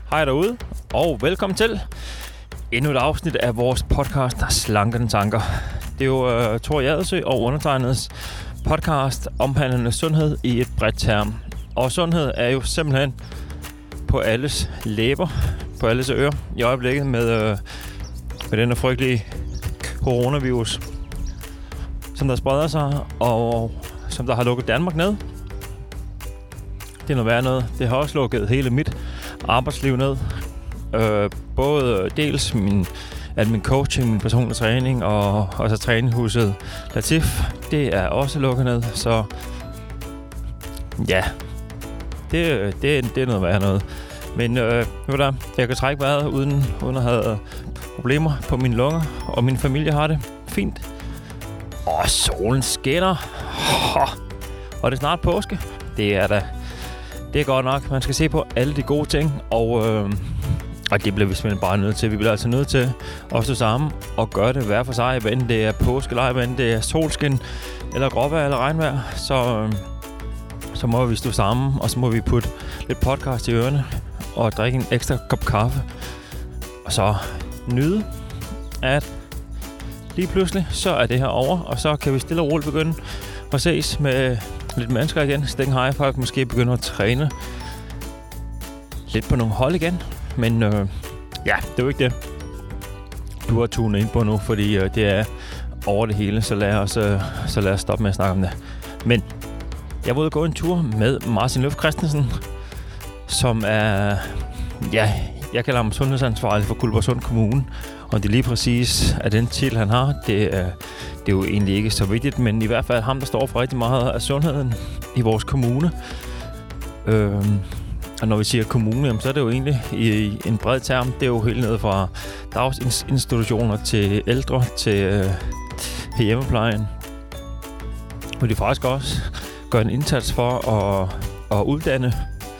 Hej derude, og velkommen til endnu et afsnit af vores podcast, Slankende Tanker. Det er jo Thor Jadersø og undertegnets podcast omhandlende sundhed i et bredt term. Og sundhed er jo simpelthen på alles læber, på alles ører i øjeblikket med denne frygtelige coronavirus, som der spreder sig, og som der har lukket Danmark ned. Det er noget værd noget. Det har også lukket hele mit arbejdsliv ned. Både dels min coaching, min personlige træning og også træningshuset Latif. Det er også lukket ned, så ja, det er noget værd noget. Men jeg kan trække vejret uden at have problemer på mine lunger, og min familie har det fint. Og solen skinner. Og det er snart påske. Det er godt nok. Man skal se på alle de gode ting, og det bliver vi simpelthen bare nødt til. Vi bliver altså nødt til at stå sammen og gøre det hver for sig, hvad enten det er påske, eller hvad enten det er solskin, eller gråvejr, eller regnvejr. Så må vi stå sammen, og så må vi putte lidt podcast i ørerne, og drikke en ekstra kop kaffe. Og så nyde, at lige pludselig, så er det her over, og så kan vi stille og roligt begynde at ses med lidt mennesker igen. Stikken hej, folk måske begynder at træne lidt på nogle hold igen. Men det er jo ikke det, du har tunet ind på nu, fordi det er over det hele, så lad os stoppe med at snakke om det. Men jeg var ude og gå en tur med Martin Løf Christensen, som er, jeg kalder ham sundhedsansvarlig for Guldborgsund Kommune. Og det lige præcis er den titel, han har. Det er jo egentlig ikke så vigtigt, men i hvert fald ham, der står for rigtig meget af sundheden i vores kommune. Og når vi siger kommune, jamen, så er det jo egentlig i en bred term. Det er jo helt ned fra dagsinstitutioner til ældre, til hjemmeplejen. Og de faktisk også gør en indsats for at uddanne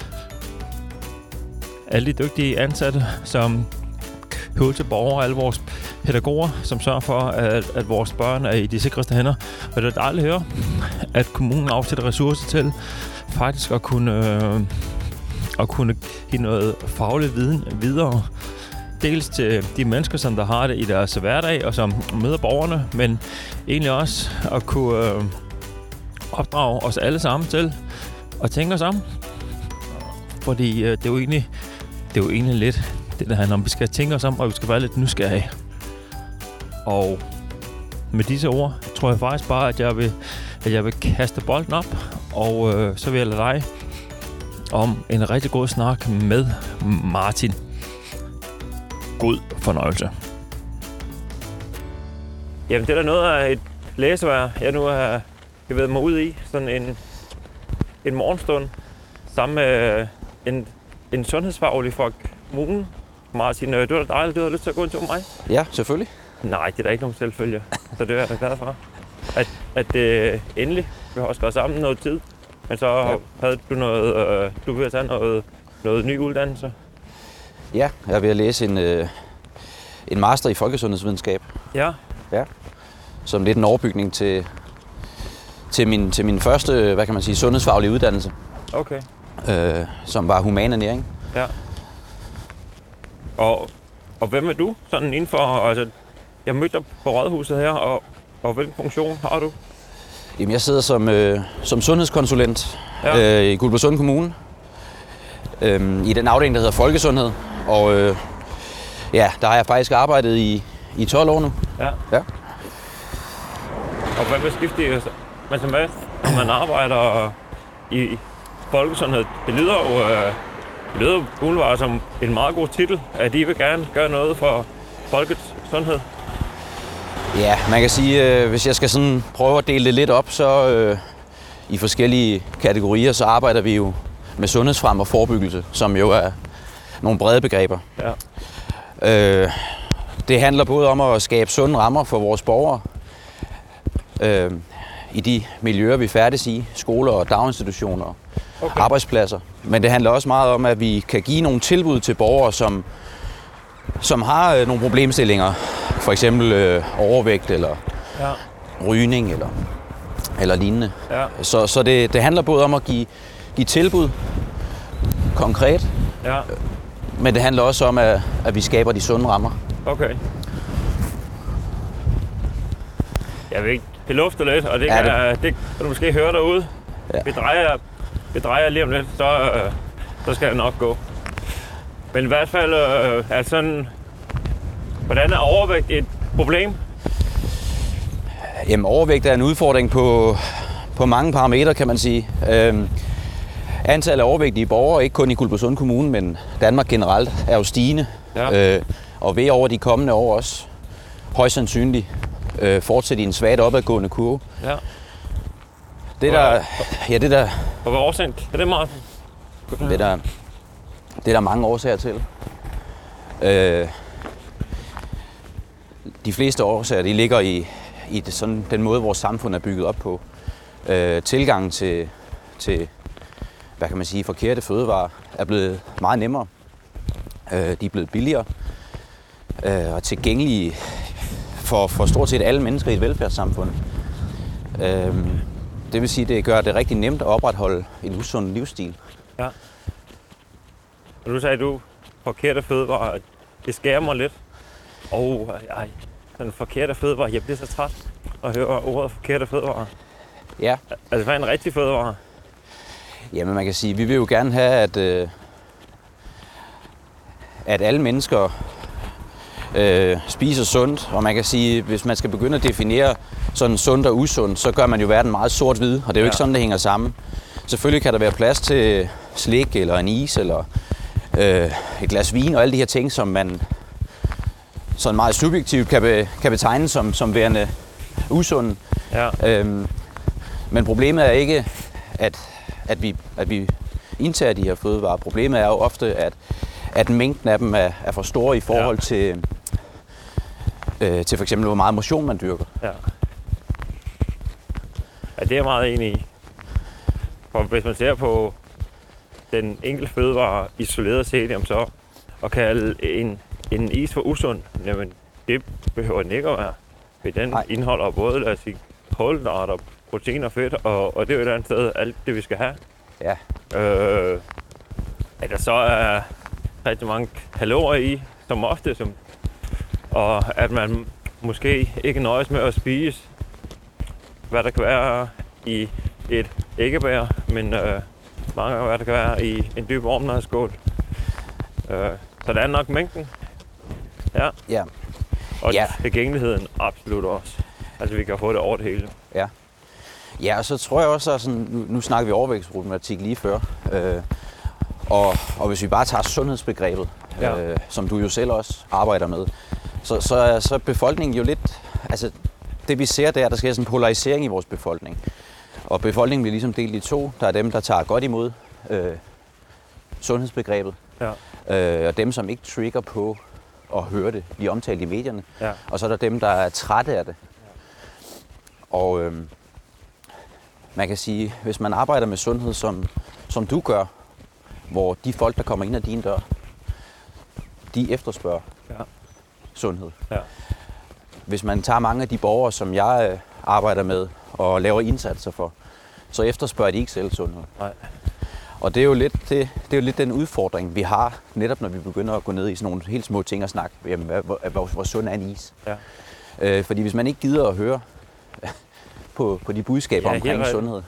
alle de dygtige ansatte, som hører til borgere, alle vores pædagoger, som sørger for, at vores børn er i de sikreste hænder. Og det er dejligt at høre, at kommunen afsætter ressourcer til faktisk at kunne give noget faglig viden videre. Dels til de mennesker, som der har det i deres hverdag, og som møder borgerne, men egentlig også at kunne opdrage os alle sammen til at tænke os om. Fordi det er jo egentlig lidt det handler om. Vi skal tænke os om, og vi skal være lidt nysgerrige. Og med disse ord tror jeg faktisk bare, at jeg vil kaste bolden op, og så vil jeg lade dig om en rigtig god snak med Martin. God fornøjelse. Jamen, det er da noget af et læsevejr, jeg nu har bevæget mig ud i. Sådan en morgenstund sammen med en sundhedsfaglig fra kommunen. Martin, det var da dejligt, du havde lyst til at gå en tur med mig. Ja, selvfølgelig. Nej, det er da ikke nogen selvfølge, så det er jeg da glad for. At endelig, vi har også gået sammen noget tid, men så havde du noget, du ville tage noget ny uddannelse. Ja, jeg er ved at læse en master i folkesundhedsvidenskab. Ja. Ja. Som lidt en overbygning til min første, hvad kan man sige, sundhedsfaglige uddannelse. Okay. Som var humanernæring. Ja. Og hvem er du sådan indenfor? Altså, jeg mødte dig på Rådhuset her, og hvilken funktion har du? Jamen, jeg sidder som sundhedskonsulent i Guldborgsund Kommune. I den afdeling, der hedder Folkesundhed. Og der har jeg faktisk arbejdet i 12 år nu. Ja. Og hvad beskæftiger man sig med, når man arbejder i folkesundhed? Det lyder jo umiddelbart som en meget god titel, at I vil gerne gøre noget for folkets sundhed. Ja, man kan sige, hvis jeg skal sådan prøve at dele det lidt op, så i forskellige kategorier, så arbejder vi jo med sundhedsfremme og forebyggelse, som jo er nogle brede begreber. Ja. Det handler både om at skabe sunde rammer for vores borgere i de miljøer, vi færdes i, skoler og daginstitutioner, arbejdspladser. Men det handler også meget om, at vi kan give nogle tilbud til borgere, som har nogle problemstillinger. For eksempel overvægt eller rygning eller lignende. Ja. Så det handler både om at give tilbud konkret, Men det handler også om, at vi skaber de sunde rammer. Okay. Jeg ved ikke, det lufter lidt, og det kan du måske høre derude. Ja. Vi drejer lige om lidt, så skal det nok gå. Men i hvert fald er sådan, hvordan er overvægt et problem? Jamen, overvægt er en udfordring på mange parametre, kan man sige. Antallet af overvægtige borgere, ikke kun i Guldborgsund Kommune, men Danmark generelt, er jo stigende. Ja. Og vil over de kommende år også højst sandsynligt fortsætte i en svagt opadgående kurve. Ja. Det der... Og hvad årsagen? Er det meget? Det er der mange årsager til. De fleste årsager, de ligger i sådan den måde, vores samfund er bygget op på. Tilgangen til hvad kan man sige, forkerte fødevarer er blevet meget nemmere. De er blevet billigere og tilgængelige for stort set alle mennesker i et velfærdssamfund. Det vil sige, det gør det rigtig nemt at opretholde en usund livsstil. Ja. Og nu sagde du, forkerte fødevarer, det skærer mig lidt. Den forkerte fødevarer, jeg bliver så træt at høre ordet forkerte fødevarer. Ja. Altså, hvad er en rigtig fødevare? Jamen, man kan sige, vi vil jo gerne have, at alle mennesker spiser sundt. Og man kan sige, hvis man skal begynde at definere sådan sundt og usundt, så gør man jo verden meget sort-hvid. Og det er jo ikke sådan, det hænger sammen. Selvfølgelig kan der være plads til slik eller en is eller et glas vin og alle de her ting, som man sådan meget subjektivt kan betegne som værende usunde. Ja. Men problemet er ikke, at vi indtager de her fødevarer. Problemet er jo ofte, at mængden af dem er for store i forhold til for eksempel, hvor meget motion man dyrker. Ja, det er jeg meget enig i. For hvis man ser på den enkelte fødevare isoleret set, jamen så at kalde en is for usund, jamen det behøver den ikke at være. For den indeholder både, lad os sige, kulhydrater, protein og fedt, og det er jo et andet sted alt det, vi skal have. Ja. At der så er rigtig mange kalorier i, som ofte, og at man måske ikke nøjes med at spise, hvad der kan være i et æggebær, men mange af hvad der kan være i en dyb ormnadsskål. Så der er nok mængden. Ja. Ja. Og tilgængeligheden absolut også. Altså vi kan få det over det hele. Ja. Ja, og så tror jeg også, at sådan, nu snakker vi overvægtsproblematik lige før. Og hvis vi bare tager sundhedsbegrebet, som du jo selv også arbejder med, så er befolkningen jo lidt... Altså, det vi ser, det er, at der sker sådan en polarisering i vores befolkning. Og befolkningen bliver ligesom delt i to. Der er dem, der tager godt imod sundhedsbegrebet. Ja. Og dem, som ikke trigger på at høre det, blive omtalt i medierne. Ja. Og så er der dem, der er trætte af det. Ja. Og man kan sige, hvis man arbejder med sundhed, som du gør, hvor de folk, der kommer ind ad din dør, de efterspørger sundhed. Ja. Hvis man tager mange af de borgere, som jeg arbejder med og laver indsatser for, så efterspørger de ikke selv sundhed. Nej. Og det er jo lidt den udfordring, vi har, netop når vi begynder at gå ned i sådan nogle helt små ting og snakke. Jamen, hvor sund er en is? Ja. Fordi hvis man ikke gider at høre på de budskaber omkring sundhed,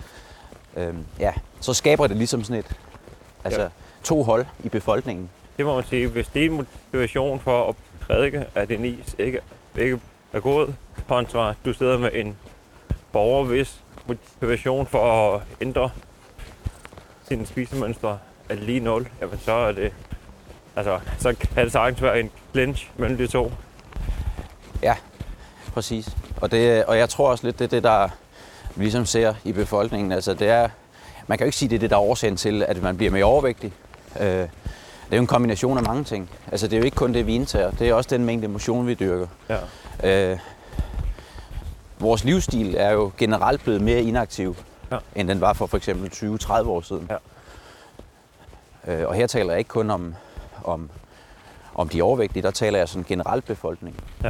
så skaber det ligesom sådan to hold i befolkningen. Det må man sige. Hvis det er en motivation for at prædike, at en is ikke er god, kontra du sidder med en borger, hvis motivation for at ændre sine spisemønstre er lige 0, jamen så er det, så kan det sagtens være en clinch mellem de to. Ja, præcis. Og jeg tror også lidt, det er det, der vi ligesom ser i befolkningen. Altså det er, man kan jo ikke sige, det er det, der er årsagen til, at man bliver mere overvægtig. Det er jo en kombination af mange ting. Altså det er jo ikke kun det, vi indtager. Det er også den mængde motion, vi dyrker. Ja. Vores livsstil er jo generelt blevet mere inaktiv, end den var for eksempel 20-30 år siden. Ja. Og her taler jeg ikke kun om de overvægtige, der taler jeg sådan generelt befolkning. Ja.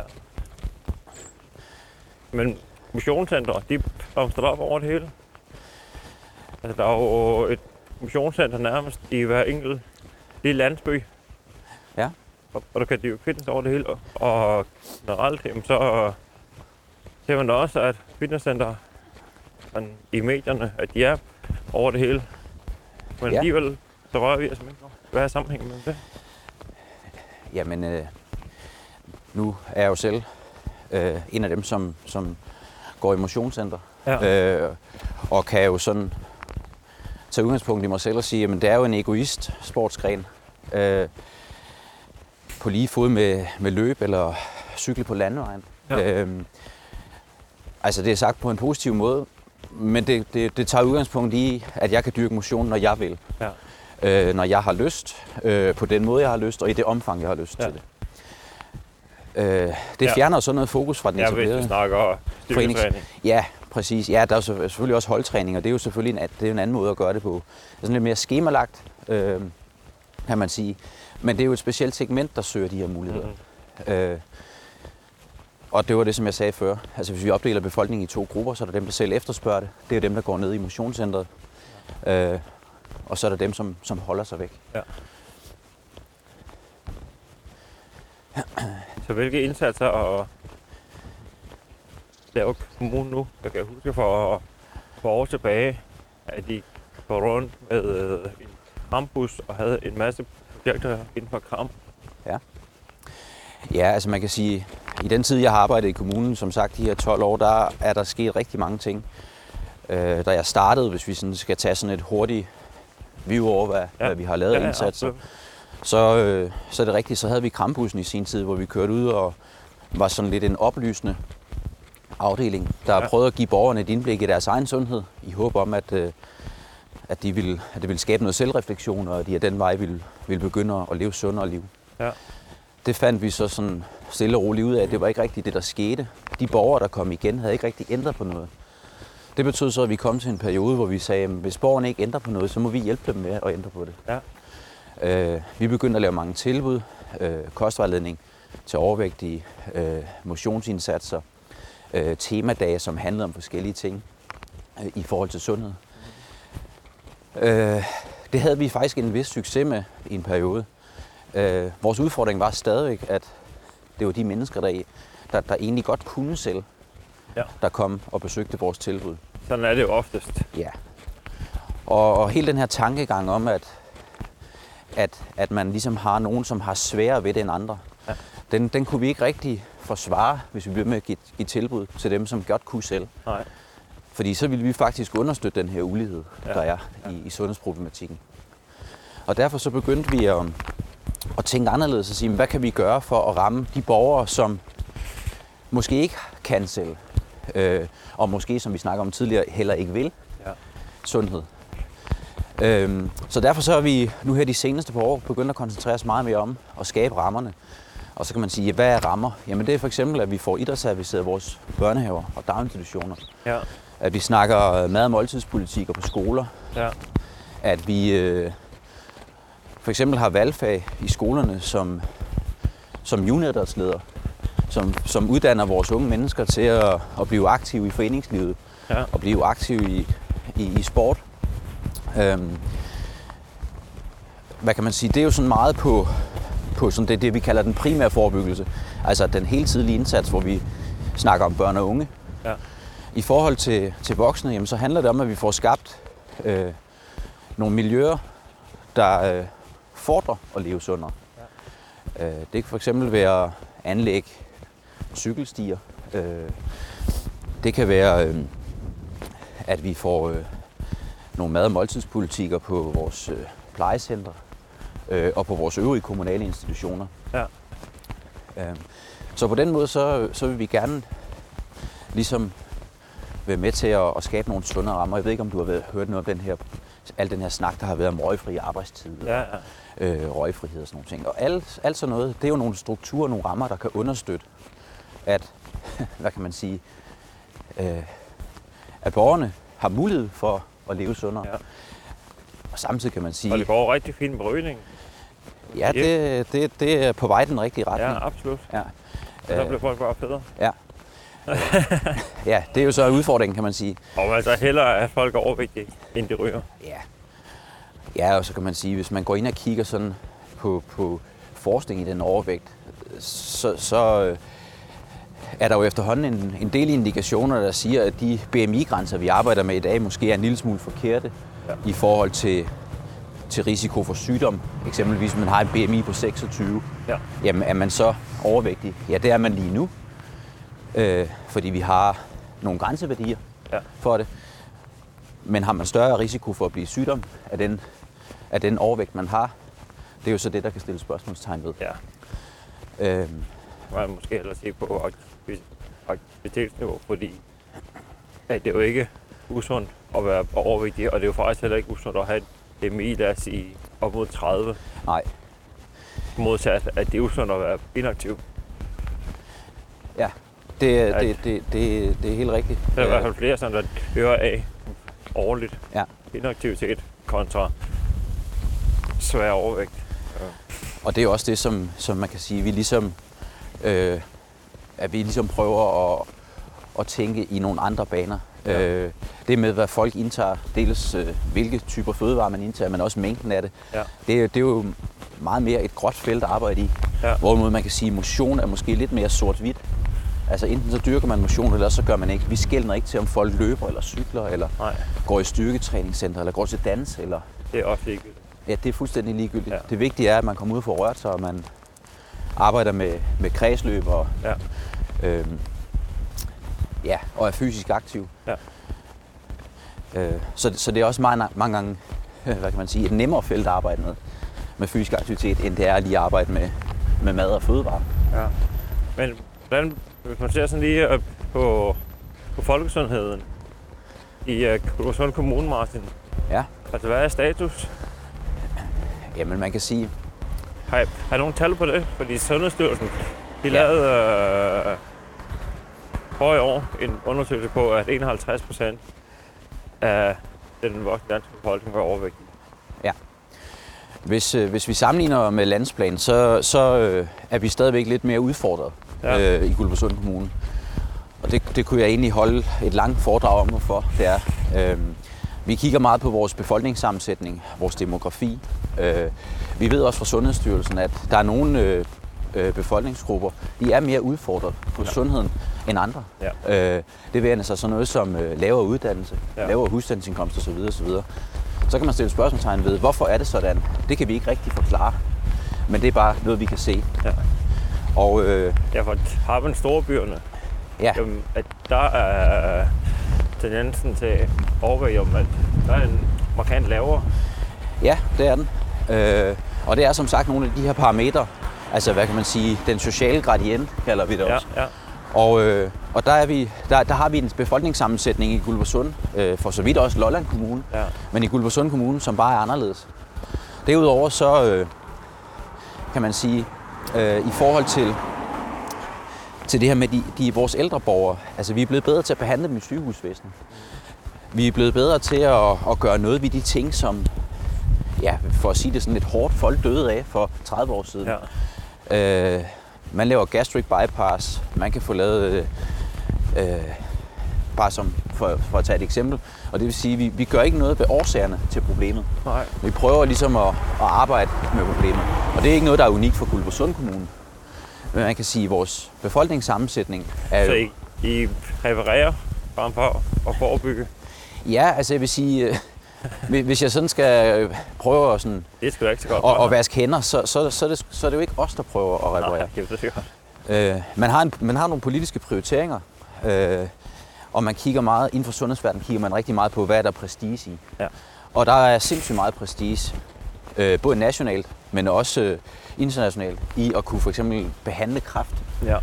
Men motionscentre, de blomstrer op over det hele. Altså der er jo et motionscenter nærmest i hver enkelt lille landsby. Ja. Og du kan dyrke fitness over det hele, og generelt, så ser man da også, at fitnesscenter i medierne, at de er over det hele. Men alligevel, så rører vi altså ikke. Hvad er sammenhængen med det? Jamen, nu er jeg jo selv en af dem, som går i motionscenter. Ja. Og kan jo sådan tage udgangspunkt i mig selv og sige, at det er jo en egoist sportsgren. På lige fod med løb eller cykle på landevejen. Ja. Altså det er sagt på en positiv måde, men det tager udgangspunkt i, at jeg kan dyrke motion, når jeg vil. Ja. Når jeg har lyst, på den måde jeg har lyst, og i det omfang jeg har lyst til det. Det fjerner sådan noget fokus fra den etablerede. Ja, hvis du snakker styrketræning. Ja, præcis. Ja, der er selvfølgelig også holdtræning, og det er jo selvfølgelig en anden måde at gøre det på. Det er sådan lidt mere skemalagt, kan man sige. Men det er jo et specielt segment, der søger de her muligheder. Mm-hmm. Og det var det, som jeg sagde før. Altså hvis vi opdeler befolkningen i 2 grupper, så er der dem, der selv efterspørger det. Det er jo dem, der går ned i motionscentret. Og så er der dem, som holder sig væk. Ja. Så hvilke indsatser laver kommunen nu? Jeg kan huske for år tilbage, at de går rundt med en krampus og havde en masse projekter inden for kramp. Ja. Ja, altså man kan sige, i den tid, jeg har arbejdet i kommunen, som sagt de her 12 år, der er der sket rigtig mange ting. Da jeg startede, hvis vi sådan skal tage sådan et hurtigt view over, hvad vi har lavet indsatser, så er det rigtigt, så havde vi krampussen i sin tid, hvor vi kørte ud og var sådan lidt en oplysende afdeling, der prøvede at give borgerne et indblik i deres egen sundhed, i håb om, at det ville skabe noget selvreflektion, og at de af den vej ville begynde at leve sundere liv. Ja. Det fandt vi så sådan stille og roligt ud af, at det var ikke rigtigt det, der skete. De borgere, der kom igen, havde ikke rigtig ændret på noget. Det betød så, at vi kom til en periode, hvor vi sagde, at hvis borgerne ikke ændrer på noget, så må vi hjælpe dem med at ændre på det. Ja. Vi begyndte at lave mange tilbud, kostvejledning til overvægtige, motionsindsatser, temadage, som handlede om forskellige ting i forhold til sundhed. Det havde vi faktisk en vis succes med i en periode. Vores udfordring var stadigvæk, at det var de mennesker, der egentlig godt kunne selv, der kom og besøgte vores tilbud. Sådan er det jo oftest. Ja. Og hele den her tankegang om, at man ligesom har nogen, som har sværere ved det end andre, den kunne vi ikke rigtig forsvare, hvis vi blev med at give tilbud til dem, som godt kunne selv. Nej. Fordi så ville vi faktisk understøtte den her ulighed, der er i sundhedsproblematikken. Og derfor så begyndte vi at tænke anderledes og sige, hvad kan vi gøre for at ramme de borgere, som måske ikke kan selv, og måske, som vi snakker om tidligere, heller ikke vil sundhed. Så derfor så er vi nu her de seneste par år begyndt at koncentrere os meget mere om at skabe rammerne. Og så kan man sige, hvad er rammer? Jamen det er for eksempel, at vi får idrætsserviceret vores børnehaver og daginstitutioner. Ja. At vi snakker mad- og måltidspolitikker på skoler. Ja. At vi for eksempel har valgfag i skolerne som junioridrætsleder, som uddanner vores unge mennesker til at blive aktive i foreningslivet og blive aktive i sport. Hvad kan man sige? Det er jo sådan meget på sådan det, vi kalder den primære forebyggelse. Altså den hele tidlige indsats, hvor vi snakker om børn og unge. Ja. I forhold til voksne, jamen, så handler det om, at vi får skabt nogle miljøer, der fordrer at leve sundere. Ja. Det kan for eksempel være anlæg, cykelstier. Det kan være, at vi får nogle mad- og måltidspolitikker på vores plejecentre og på vores øvrige kommunale institutioner. Ja. Så på den måde, så vil vi gerne ligesom være med til at skabe nogle sundere rammer. Jeg ved ikke, om du har hørt noget om al den her snak, der har været om røgfri arbejdstid, røgfrihed og sådan nogle ting. Og alt sådan noget, det er jo nogle strukturer, nogle rammer, der kan understøtte, at, hvad kan man sige, at borgerne har mulighed for at leve sundere. Ja. Og samtidig kan man sige... Og det går rigtig fint med rygning. Ja, det er på vej den rigtige retning. Ja, absolut. Ja. Så bliver folk bare federe. Ja. Ja, det er jo så udfordringen, kan man sige. Og altså hellere, at folk er overvægtige, end de ryger. Ja. Ja, og så kan man sige, hvis man går ind og kigger sådan på forskning i den overvægt, så er der jo efterhånden en del indikationer, der siger, at de BMI-grænser, vi arbejder med i dag, måske er en lille smule forkerte i forhold til risiko for sygdom. Eksempelvis, hvis man har en BMI på 26, jamen er man så overvægtig? Ja, det er man lige nu, fordi vi har nogle grænseværdier for det. Men har man større risiko for at blive sygdom af den overvægt, man har? Det er jo så det, der kan stille spørgsmålstegn ved. Ja. Man måske hellere se på aktivitetsniveau, fordi det er jo ikke usundt at være overvægtig, og det er jo faktisk heller ikke usundt at have et BMI, lad os sige, op mod 30. Nej. Modsat, at det er usundt at være inaktiv. Ja, det er helt rigtigt. Der er i hvert fald flere, der hører af årligt. Ja. Inaktivitet kontra svær overvægt. Ja. Og det er også det, som man kan sige, vi ligesom prøver at tænke i nogle andre baner. Ja. Det med, hvad folk indtager, dels hvilke typer fødevarer man indtager, men også mængden af det. Ja. Det er jo meget mere et gråt felt at arbejde i. Ja. Hvorimod man kan sige, at motion er måske lidt mere sort-hvidt. Altså enten så dyrker man motion, eller så gør man ikke. Vi skelner ikke til, om folk løber eller cykler, eller går i styrketræningscenter, eller går til dans. Eller... Det er også ligegyldigt. Ja, det er fuldstændig ligegyldigt. Ja. Det vigtige er, at man kommer ud og får rørt sig, og man arbejder med kredsløb og, og er fysisk aktiv. Ja. Så det er også mange gange, hvad kan man sige, et nemmere felt at arbejde med fysisk aktivitet, end det er at lige arbejde med mad og fødevarer. Ja. Men hvordan, hvis man ser sådan lige på folkesundheden i Guldborgsund Kommune, Martin. Ja. Altså, hvad er status? Jamen, man kan sige... Har I nogen tal på det? Fordi Sundhedsstyrelsen, de lavede forrige år en undersøgelse på, at 51% af den voksne danske befolkning var overvægtige. Ja. Hvis vi sammenligner med landsplan, så er vi stadigvæk lidt mere udfordret i Guldborgsund Kommune. Og det kunne jeg egentlig holde et langt foredrag om, hvorfor det er. Vi kigger meget på vores befolkningssammensætning, vores demografi. Vi ved også fra Sundhedsstyrelsen, at der er nogle befolkningsgrupper, de er mere udfordret på sundheden end andre. Ja. Det værer sig sådan noget som lavere uddannelse, lavere husstandsindkomst osv. osv. Så kan man stille spørgsmålstegn ved, hvorfor er det sådan? Det kan vi ikke rigtig forklare, men det er bare noget, vi kan se. Ja. Og, for har man storebyerne, at der er tendensen til overvægt, at der er en markant lavere. Ja, det er den. Og det er som sagt nogle af de her parametre, altså hvad kan man sige, den sociale gradient kalder vi det også. Ja. Og der har vi en befolkningssammensætning i Guldborgsund, for så vidt også Lolland Kommune, men i Guldborgsund Kommune, som bare er anderledes. Derudover så kan man sige, i forhold til det her med vores ældre borgere, altså vi er blevet bedre til at behandle dem i sygehusvæsenet. Vi er blevet bedre til at gøre noget ved de ting, som, for at sige det sådan lidt hårdt, folk døde af for 30 år siden. Ja. Man laver gastric bypass, man kan få lavet, bare som for at tage et eksempel, og det vil sige, at vi gør ikke noget ved årsagerne til problemet. Nej. Vi prøver ligesom at arbejde med problemet, og det er ikke noget, der er unikt for Guldborgsund Kommune. Men man kan sige, at vores befolkningssammensætning er... Så I reparerer frem for at forebygge? Ja, altså jeg vil sige, hvis jeg sådan skal prøve at, sådan, det skal ikke så godt at vaske hænder, så er det jo ikke os, der prøver at reparere. Nej, det er godt. Man har nogle politiske prioriteringer, og man kigger meget, inden for sundhedsverdenen kigger man rigtig meget på, hvad er der prestige i. Ja. Og der er sindssygt meget prestige, både nationalt, men også internationalt, i at kunne for eksempel behandle kræft. Ja.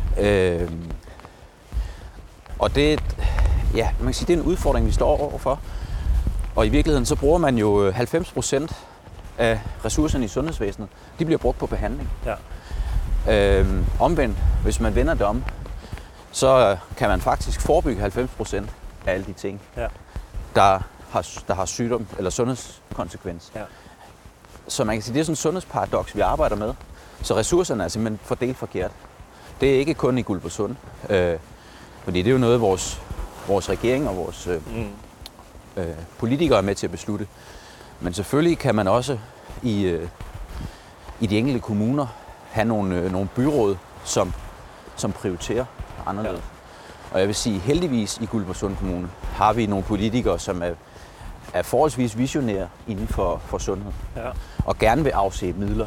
Og det, man kan sige, det er en udfordring, vi står overfor. Og i virkeligheden så bruger man jo 90% af ressourcerne i sundhedsvæsenet, de bliver brugt på behandling. Ja. Omvendt, hvis man vender det om, så kan man faktisk forebygge 90% af alle de ting, der har sygdom eller sundhedskonsekvens. Ja. Så man kan sige, det er sådan en sundhedsparadoks, vi arbejder med. Så ressourcerne er simpelthen fordelt forkert. Det er ikke kun i Guldborgsund, fordi det er jo noget, vores regering og vores politikere er med til at beslutte. Men selvfølgelig kan man også i de enkelte kommuner have nogle byråd, som prioriterer anderledes. Ja. Og jeg vil sige, heldigvis i Guldborgsund Kommune har vi nogle politikere, som er forholdsvis visionære inden for sundhed. Ja. Og gerne vil afse midler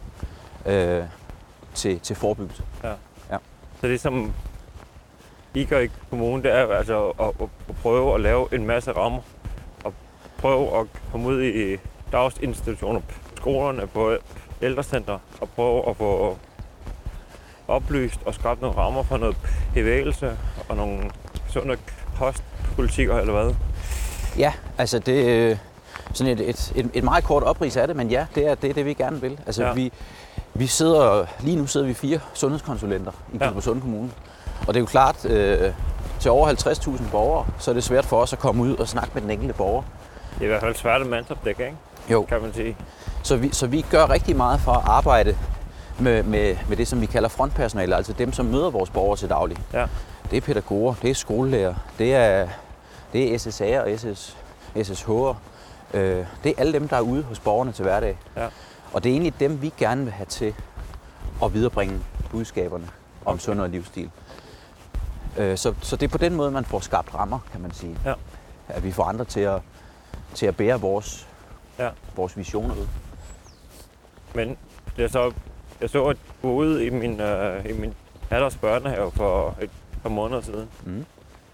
til forebyggelse. Ja. Ja. Så det som I gør i kommunen, det er altså at prøve at lave en masse rammer. Og prøve at komme ud i daginstitutioner, skolerne, på ældrecenter og prøve at få oplyst og skabt nogle rammer for noget bevægelse og nogle sunde kostpolitikker eller hvad? Ja, altså det er sådan et meget kort oprids af det, men ja, det er det, vi gerne vil. Altså ja. Lige nu sidder vi 4 sundhedskonsulenter i Guldborgsund Kommune. Og det er jo klart, til over 50.000 borgere, så er det svært for os at komme ud og snakke med den enkelte borger. Det er i hvert fald svært at mandsopdække, ikke? Jo. Kan man sige. Så vi gør rigtig meget for at arbejde med det, som vi kalder frontpersonale, altså dem, som møder vores borgere til daglig. Ja. Det er pædagoger, det er skolelærer, det er SSA'er og SSH'er. Det er alle dem, der er ude hos borgerne til hverdag. Ja. Og det er egentlig dem, vi gerne vil have til at viderebringe budskaberne om sundhed og livsstil. Så det er på den måde, man får skabt rammer, kan man sige. Ja. At vi får andre til at bære vores visioner ud. Men jeg så at du var ude i min datters børnehave for et par måneder siden. Mm.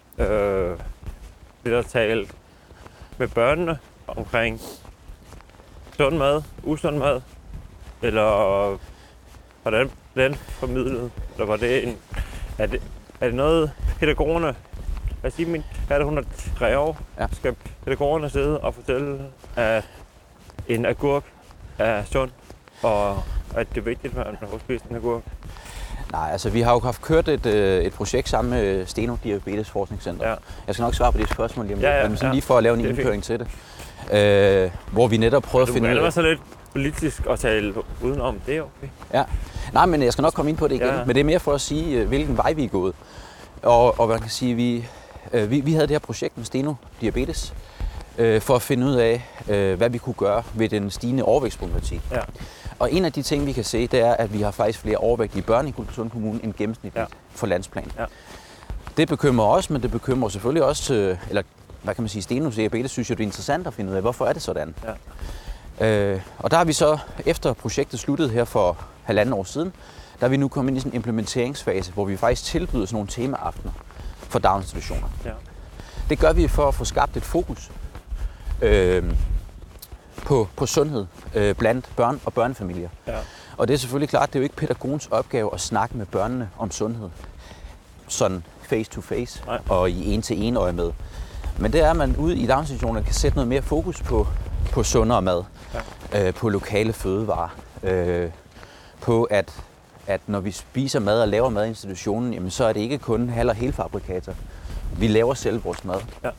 Vi har talt med børnene omkring sund mad, usund mad, eller hvordan den formidlet, eller var det er det noget pædagogerne, lad os sige, min datter, hun er 3 år, skal pædagogerne sidde og fortælle, at en agurk er sund, og at det er vigtigt, at man har spist en agurk? Nej, altså vi har jo haft kørt et projekt sammen med Steno Diabetes Forskningscenter. Ja. Jeg skal nok svare på det spørgsmål lige om lidt, men sådan lige for at lave en indkøring til det. Hvor vi netop prøver at finde ud af... Det var så lidt politisk at tale udenom, det er okay. Ja. Nej, men jeg skal nok komme ind på det igen, men det er mere for at sige, hvilken vej vi er gået. Og man kan sige, vi havde det her projekt med Steno Diabetes, for at finde ud af, hvad vi kunne gøre ved den stigende overvægtsproblematik. Ja. Og en af de ting, vi kan se, det er, at vi har faktisk flere overvægtige børn i Guldborgsund Kommune end gennemsnitligt for landsplan. Ja. Det bekymrer os, men det bekymrer selvfølgelig også, eller hvad kan man sige, Steno Diabetes synes jo, det er interessant at finde ud af, hvorfor er det sådan. Ja. Og der har vi så, efter projektet sluttede her for 1,5 år siden, der er vi nu kommet ind i sådan en implementeringsfase, hvor vi faktisk tilbyder sådan nogle temaaftener for daginstitutioner. Ja. Det gør vi for at få skabt et fokus på sundhed blandt børn og børnefamilier. Ja. Og det er selvfølgelig klart, det er jo ikke pædagogens opgave at snakke med børnene om sundhed, sådan face to face og i en-til-en øje med. Men det er, at man ude i daginstitutionerne kan sætte noget mere fokus på sundere mad, på lokale fødevarer, på at når vi spiser mad og laver mad i institutionen, jamen, så er det ikke kun halv- og helfabrikater. Vi laver selv vores mad. Ja.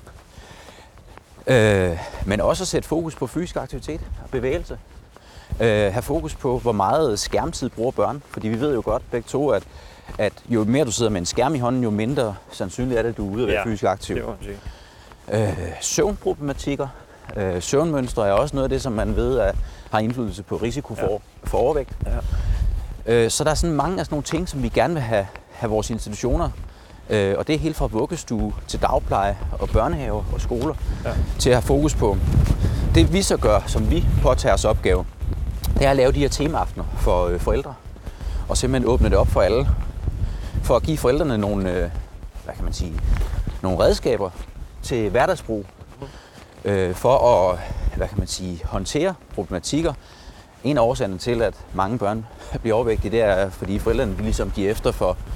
Men også at sætte fokus på fysisk aktivitet og bevægelse. Have fokus på, hvor meget skærmtid bruger børn. Fordi vi ved jo godt begge to, at jo mere du sidder med en skærm i hånden, jo mindre sandsynligt er det, at du er ude at være fysisk aktiv. Søvnproblematikker. Søvnmønstre er også noget af det, som man ved har indflydelse på risiko for overvægt. Ja. Så der er sådan mange af sådan nogle ting, som vi gerne vil have vores institutioner, og det er helt fra vuggestue til dagpleje og børnehaver og skoler, til at have fokus på. Det vi så gør, som vi påtager os opgave, det er at lave de her temaaftener for forældre, og simpelthen åbne det op for alle, for at give forældrene nogle, nogle redskaber til hverdagsbrug, for at, håndtere problematikker. En af årsagerne til, at mange børn bliver overvægtige, det er, fordi forældrene ligesom giver efter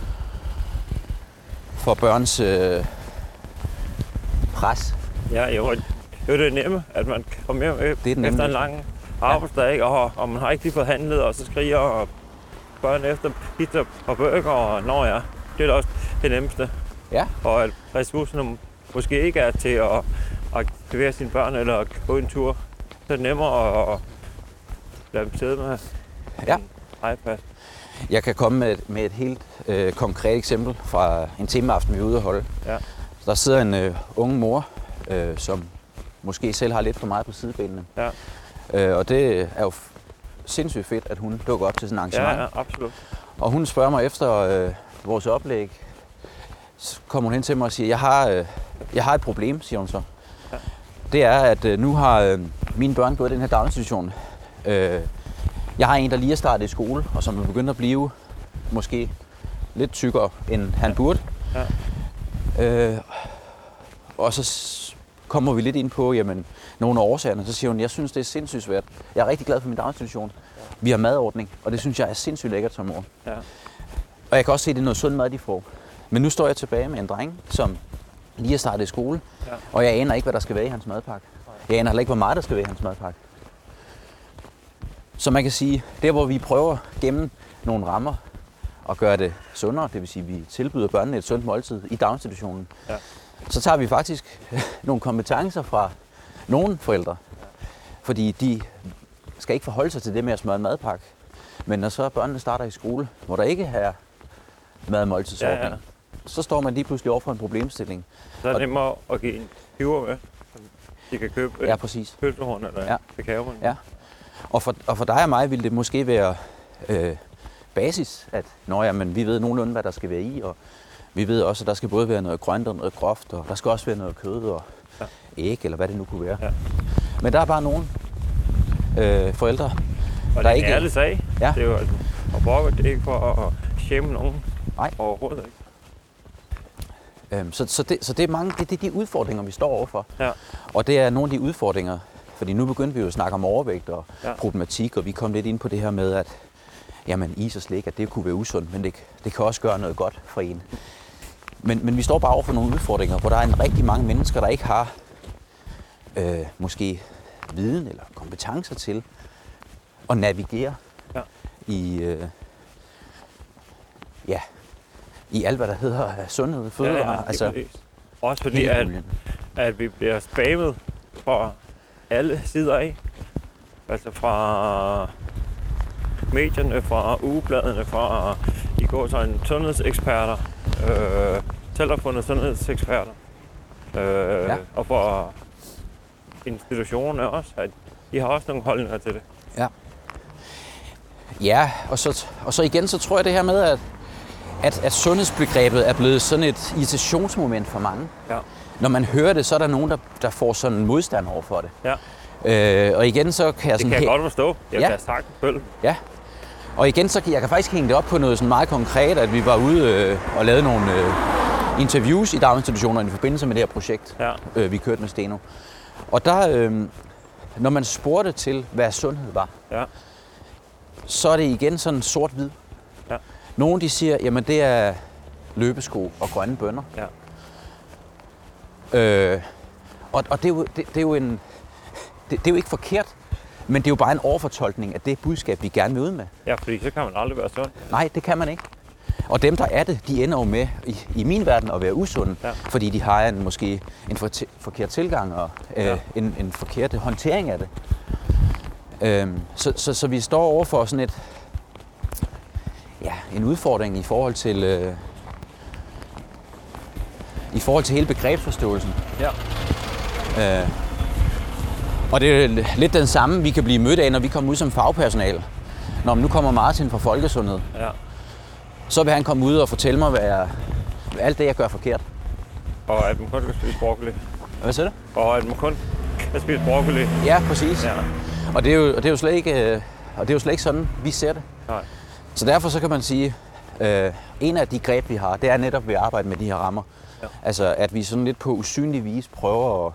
for børns pres. Ja, jo, det er nemme, at man kommer hjem efter en lang arbejdsdag, og man har ikke lige fået handlet, og så skriger børn efter pizza og burger, og det er da også det nemmeste. Ja. Og at ressourcerne måske ikke er til at aktivere sine børn eller gå en tur, så er det nemmere at lade dem sidde med en iPad. Jeg kan komme med et helt konkret eksempel fra en temaaften, vi er ude at holde. Ja. Der sidder en ung mor, som måske selv har lidt for meget på sidebenene. Ja. Og det er jo sindssygt fedt, at hun dukker op til sådan en arrangement. Ja, absolut. Og hun spørger mig efter vores oplæg. Så kommer hun hen til mig og siger, jeg har et problem, siger hun så. Ja. Det er, at nu har mine børn gået i den her daginstitution. Jeg har en, der lige er startet i skole, og som er begyndt at blive måske lidt tykkere, end han burde. Ja. Og så kommer vi lidt ind på nogle af årsagerne. Så siger hun, jeg synes, det er sindssygt svært. Jeg er rigtig glad for min daginstitution. Vi har madordning, og det synes jeg er sindssygt lækkert som mor. Ja. Og jeg kan også se, at det er noget sund mad, de får. Men nu står jeg tilbage med en dreng, som lige er startet i skole, og jeg aner ikke, hvad der skal være i hans madpakke. Jeg aner heller ikke, hvor meget der skal være i hans madpakke. Så man kan sige, der hvor vi prøver gennem nogle rammer at gøre det sundere, det vil sige, at vi tilbyder børnene et sundt måltid i daginstitutionen, så tager vi faktisk nogle kompetencer fra nogle forældre. Fordi de skal ikke forholde sig til det med at smøre en madpakke. Men når så børnene starter i skole, hvor der ikke er mad- og måltidsordning, så står man lige pludselig over for en problemstilling. Så er det nemmere at give en hiver med, som de kan købe pølsehorn eller kakao. Ja. Og for dig og mig vil det måske være basis, at vi ved nogenlunde, hvad der skal være i, og vi ved også, at der skal både være noget grønt og noget groft, og der skal også være noget kød og æg, eller hvad det nu kunne være. Ja. Men der er bare nogle forældre, og der det ikke... er en ærlig sag. Ja. Det er jo altså, og brokker det ikke for at shame nogen. Nej. Overhovedet ikke. Så det er de udfordringer, vi står overfor. Ja. Og det er nogle af de udfordringer, fordi nu begyndte vi jo at snakke om overvægt og problematik, og vi kom lidt ind på det her med, at is og slik, at det kunne være usundt, men det kan også gøre noget godt for en. Men vi står bare over for nogle udfordringer, hvor der er en rigtig mange mennesker, der ikke har måske viden eller kompetencer til at navigere i alt, hvad der hedder sundhed, fødevarer. Altså, også fordi, at vi bliver spammet fra alle sider af. Altså fra medierne, fra ugebladene, fra i går så en sundhedseksperter, selvopfundet sundhedseksperter, og fra institutionerne også, at de har også nogle holdninger til det. Ja, og så igen, så tror jeg det her med, at sundhedsbegrebet er blevet sådan et irritationsmoment for mange. Ja. Når man hører det, så er der nogen, der får sådan en modstand over for det. Ja. Og igen, så kan jeg sådan... Det kan jeg godt forstå. Jeg kan sagt følge. Ja. Og igen, så jeg kan faktisk hænge det op på noget sådan meget konkret, at vi var ude og lavede nogle interviews i daginstitutionerne i forbindelse med det her projekt, vi kørte med Steno. Og der, når man spurgte til, hvad sundhed var, så er det igen sådan sort-hvid. Ja. Nogle de siger, jamen det er løbesko og grønne bønner. Ja. Og det er jo ikke forkert, men det er jo bare en overfortolkning af det budskab, vi gerne vil ud med. Ja, fordi så kan man aldrig være sund. Nej, det kan man ikke. Og dem, der er det, de ender jo med, i min verden, at være usunde, fordi de har måske en forkert tilgang og en forkert håndtering af det. Så vi står over for sådan en udfordring i forhold til hele begrebsforståelsen. Ja. Og det er lidt den samme, vi kan blive mødt af, når vi kommer ud som fagpersonale. Når nu kommer Martin fra Folkesundhed, så vil han komme ud og fortælle mig, hvad alt det, jeg gør forkert. Og at man kun kan spise broccoli. Hvad siger du? Og at man kun kan spise broccoli. Ja, præcis. Ja. Og det er jo slet ikke sådan, vi ser det. Nej. Så derfor så kan man sige, en af de greb, vi har, det er netop ved at arbejde med de her rammer. Ja. Altså, at vi sådan lidt på usynlig vis prøver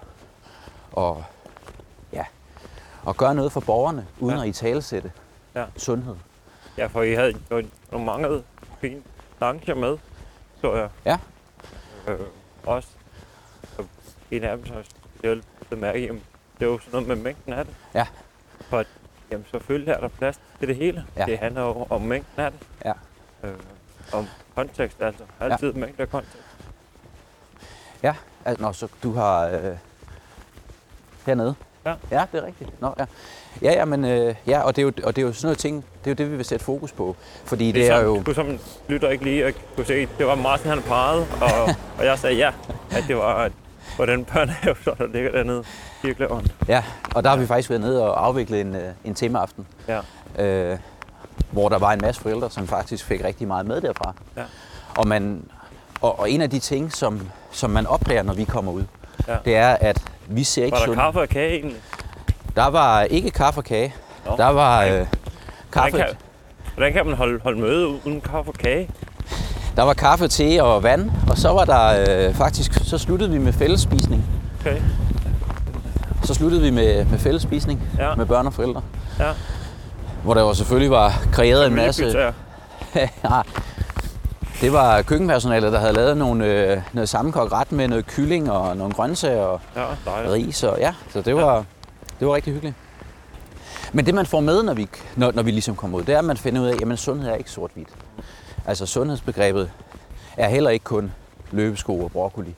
at gøre noget for borgerne, uden at italesætte sundhed. Ja, for I havde jo mange fine arrangementer med, så jeg. Ja. Også. En af dem, så specielt bemærke, jamen, det er jo sådan noget med mængden af det. Ja. For jamen, selvfølgelig er der plads til det hele. Ja. Det handler jo om mængden af det. Ja. Om kontekst, altså. Altid mængden af kontekst. Ja, altså, så du har hernede. Ja. Ja, det er rigtigt. Nå, ja. Ja, men og det er jo sådan noget ting, det er jo det, vi vil sætte fokus på. Fordi det er jo... Du som lytter ikke lige at kunne se, det var Martin, han pegede, og jeg sagde ja, at det var på den børnehave, der ligger dernede i Kirkeleveren. Ja, og der har vi faktisk været nede og afvikle en temaaften, hvor der var en masse forældre, som faktisk fik rigtig meget med derfra. Ja. Og en af de ting, som man opdager, når vi kommer ud, det er, at vi ser ikke... Var der kaffe og kage egentlig? Der var ikke kaffe og kage. Nå. Der var kaffe... Hvordan kan man holde møde uden kaffe og kage? Der var kaffe, te og vand, og så var der så sluttede vi med fællesspisning. Okay. Så sluttede vi med fællesspisning med børn og forældre. Ja. Hvor der jo selvfølgelig var kreeret en masse... Ja, det var køkkenpersonalet, der havde lavet noget sammenkogt ret med noget kylling og nogle grøntsager og ris. Og, så det var rigtig hyggeligt. Men det man får med, når vi ligesom kommer ud, det er, at man finder ud af, at sundhed er ikke sort-hvidt. Altså sundhedsbegrebet er heller ikke kun løbesko og broccoli.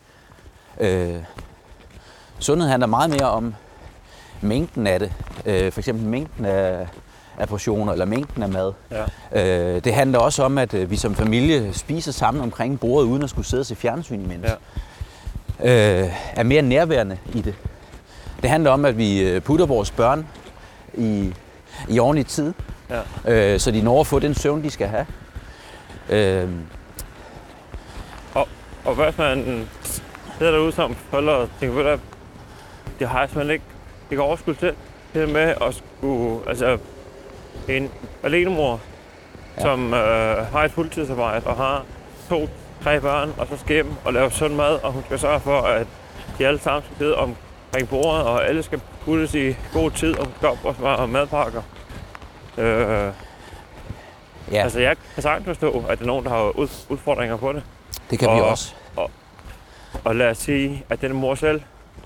Sundhed handler meget mere om mængden af det. For eksempel mængden af portioner eller mængden af mad. Ja. Det handler også om, at vi som familie spiser sammen omkring bordet, uden at skulle sidde og se fjernsyn imens. Ja. Er mere nærværende i det. Det handler om, at vi putter vores børn i ordentlig tid, så de når at få den søvn, de skal have. Og hvad man sidder derude som forældre og tænker, det har jeg simpelthen ikke overskud til. Det med at skulle, altså en alenemor, som har et fuldtidsarbejde og har 2-3 børn, og så skal hjem og lave sund mad, og hun skal sørge for, at de alle sammen skal sidde omkring bordet, og alle skal puttes i god tid, og hun skal op og smøre madpakker. Altså jeg kan sagtens forstå, at der er nogen, der har udfordringer på det. Det kan vi også. Og lad os sige, at den mor selv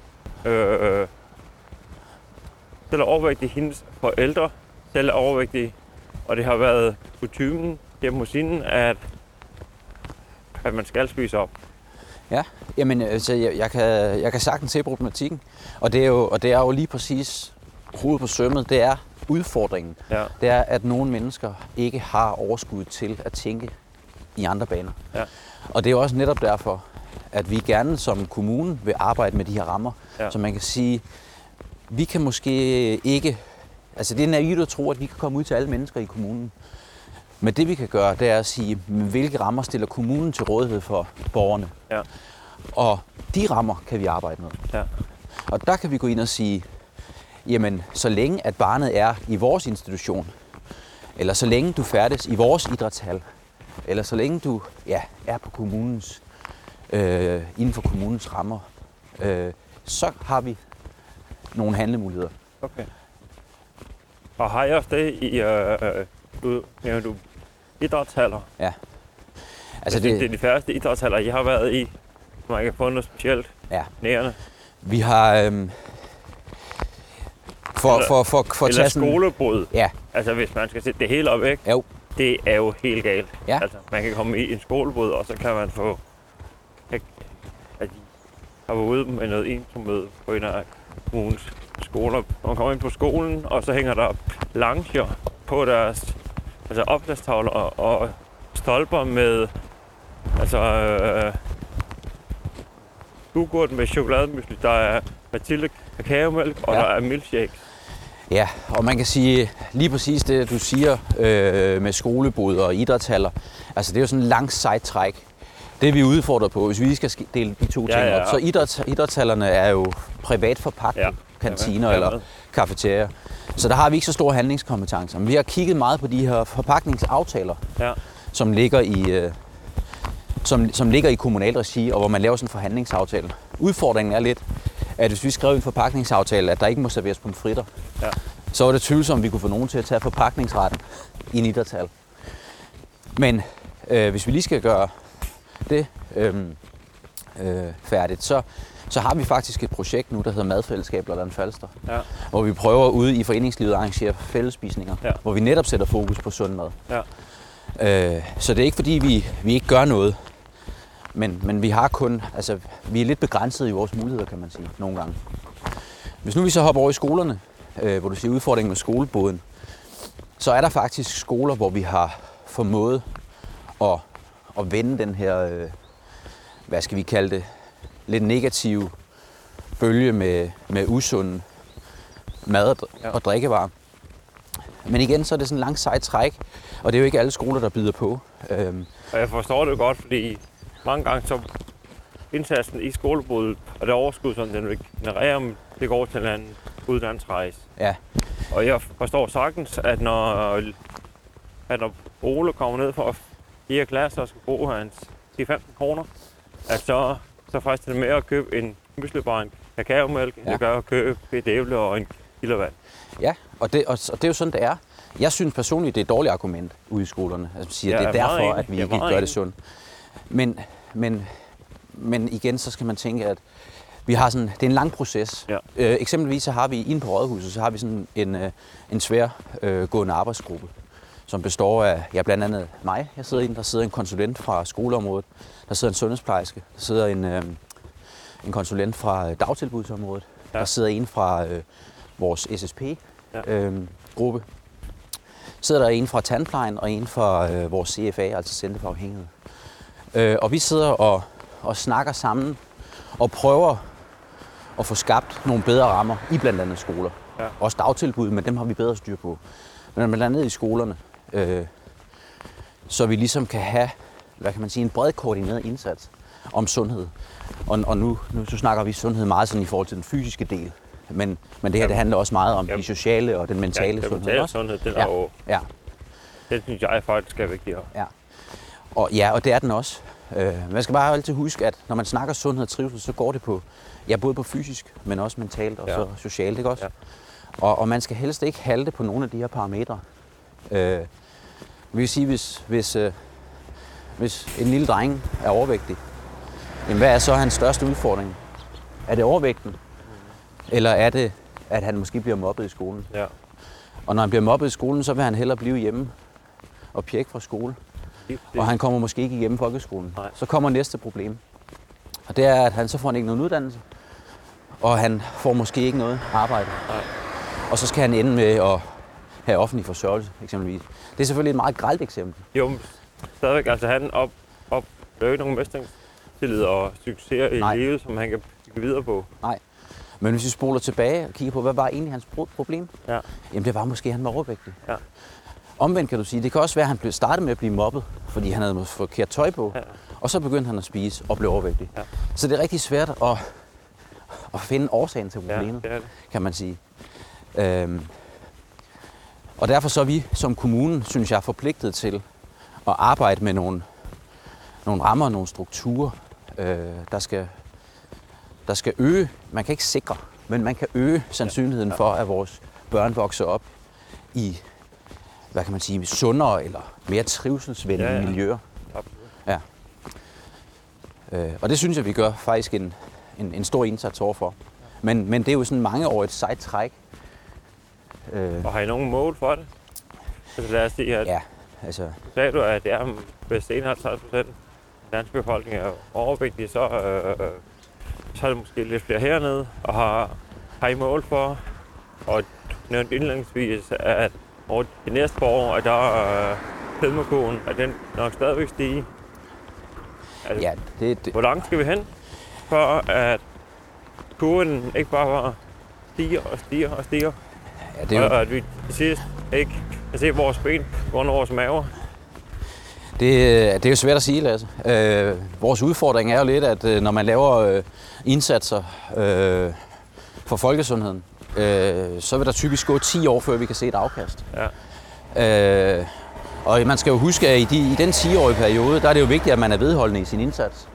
er overvægtig, hendes forældre selv er overvægtige, og det har været kutymen hjemme hos hende, at man skal spise op. Ja, jamen altså, jeg kan sagtens se problematikken, og det er jo lige præcis hovedet på sømmet, det er udfordringen. Ja. Det er, at nogle mennesker ikke har overskud til at tænke i andre baner. Ja. Og det er også netop derfor, at vi gerne som kommune vil arbejde med de her rammer, så man kan sige, vi kan måske ikke, altså det er naivt at tro, at vi kan komme ud til alle mennesker i kommunen. Men det vi kan gøre, det er at sige, hvilke rammer stiller kommunen til rådighed for borgerne. Ja. Og de rammer kan vi arbejde med. Ja. Og der kan vi gå ind og sige, jamen så længe at barnet er i vores institution, eller så længe du færdes i vores idrætshal, eller så længe du er på kommunens, inden for kommunens rammer, så har vi nogle handlemuligheder. Okay. Og har jeg også det i du idrætshaller? Ja. Altså det er de færreste idrætshaller, jeg har været i, man kan få noget specielt nærende. Vi har eller skolebod. Ja. Altså hvis man skal sætte det hele op, ikke? Jo. Det er jo helt galt. Ja. Altså man kan komme i en skolebod, og så kan man få at de har været ude med noget ensomhed på en af kommunens skoler. Man kommer ind på skolen, og så hænger der langer på deres opslagstavler og stolper med yoghurt med chokolademysli, der er Mathilde kakaomælk, og der er milkshake. Ja, og man kan sige lige præcis det, du siger med skolebod og idrætshaller. Altså det er jo sådan en lang sejtræk. Det vi udfordrer på, hvis vi skal dele de to ting op. Så idrætshallerne er jo privat forpagtede kantiner eller cafeterier. Så der har vi ikke så store handlingskompetencer. Men vi har kigget meget på de her forpagtningsaftaler, som ligger i som ligger i kommunal regi, og hvor man laver sådan en forhandlingsaftale. Udfordringen er lidt, at hvis vi skrev en forpagtningsaftale, at der ikke må serveres pomfritter, så var det tvivlsomt, om vi kunne få nogen til at tage forpagtningsretten i en idrætshal. Men hvis vi lige skal gøre det færdigt, så har vi faktisk et projekt nu, der hedder Madfællesskab Lolland-Falster, hvor vi prøver ude i foreningslivet at arrangere fællesspisninger, hvor vi netop sætter fokus på sund mad. Ja. Så det er ikke fordi, vi ikke gør noget, men vi har kun, altså vi er lidt begrænset i vores muligheder, kan man sige, nogle gange. Hvis nu vi så hopper over i skolerne, hvor du siger udfordringen med skoleboden, så er der faktisk skoler, hvor vi har formået at vende den her, hvad skal vi kalde det, lidt negative bølge med usunde mad og drikkevarer. Men igen, så er det sådan en lang sejt træk, og det er jo ikke alle skoler, der byder på. Og jeg forstår det godt, fordi mange gange så indsatsen i skolebrudet, og det overskud, som den genererer, det går til en uddannelsesrejse. Ja. Og jeg forstår sagtens, at når Ole kommer ned for 4 klasser og skal bruge hans 10-15 kroner, at så faktisk er det med at købe en myslibar, en kakaomælk, end det gør at købe et æble og en kilo vand. Ja, og det er jo sådan, det er. Jeg synes personligt, det er et dårligt argument ude i skolerne. Altså, siger, det er derfor, at vi ikke gør det sundt. Men igen, så skal man tænke, at vi har sådan, det er en lang proces. Ja. Eksempelvis så har vi inde på Rådhuset, så har vi sådan en tværgående arbejdsgruppe, som består af blandt andet mig. Jeg sidder i den, der sidder en konsulent fra skoleområdet, der sidder en sundhedsplejerske, der sidder en konsulent fra dagtilbudsområdet, der sidder en fra vores SSP-gruppe. Sidder der en fra tandplejen og en fra vores CFA, altså Center for Afhængighed. Og vi sidder og snakker sammen og prøver at få skabt nogle bedre rammer i blandt andet skoler. Ja. Også dagtilbud, men dem har vi bedre styr på. Men blandt andet i skolerne, så vi ligesom kan have, hvad kan man sige, en bred koordineret indsats om sundhed. Og nu så snakker vi sundhed meget sådan i forhold til den fysiske del. Men det her, det handler også meget om de sociale og den mentale sundhed. Den mentale sundhed, den er jo... Ja. Det synes jeg faktisk er vigtigere. Ja. Og det er den også. Man skal bare altid huske, at når man snakker sundhed og trivsel, så går det på, både på fysisk, men også mentalt og så socialt, ikke også? Ja. Og man skal helst ikke halte på nogle af de her parametre. Vi vil sige, hvis en lille dreng er overvægtig, jamen hvad er så hans største udfordring? Er det overvægten? Eller er det, at han måske bliver mobbet i skolen? Ja. Og når han bliver mobbet i skolen, så vil han hellere blive hjemme og pjekke fra skole. Og han kommer måske ikke igennem folkeskolen. Nej. Så kommer næste problem. Og det er, at han så får ikke nogen uddannelse. Og han får måske ikke noget arbejde. Nej. Og så skal han ende med at have offentlig forsørgelse, eksempelvis. Det er selvfølgelig et meget grelt eksempel. Jo, stadigvæk. Altså han oplever ikke nogen mestringstillid og succes i livet, som han kan bygge videre på. Nej. Men hvis vi spoler tilbage og kigger på, hvad var egentlig hans problem? Ja. Jamen det var måske, at han var overvægtig. Ja. Omvendt kan du sige, det kan også være, at han blev startet med at blive mobbet, fordi han havde forkert tøj på. Ja. Og så begyndte han at spise og blev overvægtig. Ja. Så det er rigtig svært at finde årsagen til problemet, kan man sige. Og derfor så er vi som kommune, synes jeg, forpligtet til at arbejde med nogle rammer, nogle strukturer, der skal øge, man kan ikke sikre, men man kan øge sandsynligheden for, at vores børn vokser op i, hvad kan man sige, sundere eller mere trivselsvenlige miljøer. Ja. Og det synes jeg, vi gør faktisk en stor indsats overfor. Men det er jo sådan mange år et sejt træk. Og har I nogen mål for det? Altså lad os sige, at sagde du, at det er hvis 51% af dansk befolkning er overvægtige, så er det måske lidt flere hernede. Og har I mål for, og nævnt indlægsvis, at over de næste par år, at der fedmekurven, at den nok stadigvæk stige? Altså, hvor langt skal vi hen, for at kurven ikke bare stiger og stiger og stiger? Ja, det er jo... Og at vi til sidst ikke kan se vores ben gå under vores maver? Det er jo svært at sige, Lasse. Vores udfordring er jo lidt, at når man laver indsatser for folkesundheden, så vil der typisk gå 10 år, før vi kan se et afkast. Ja. Og man skal jo huske, at i den 10-årige periode, der er det jo vigtigt, at man er vedholdende i sin indsats.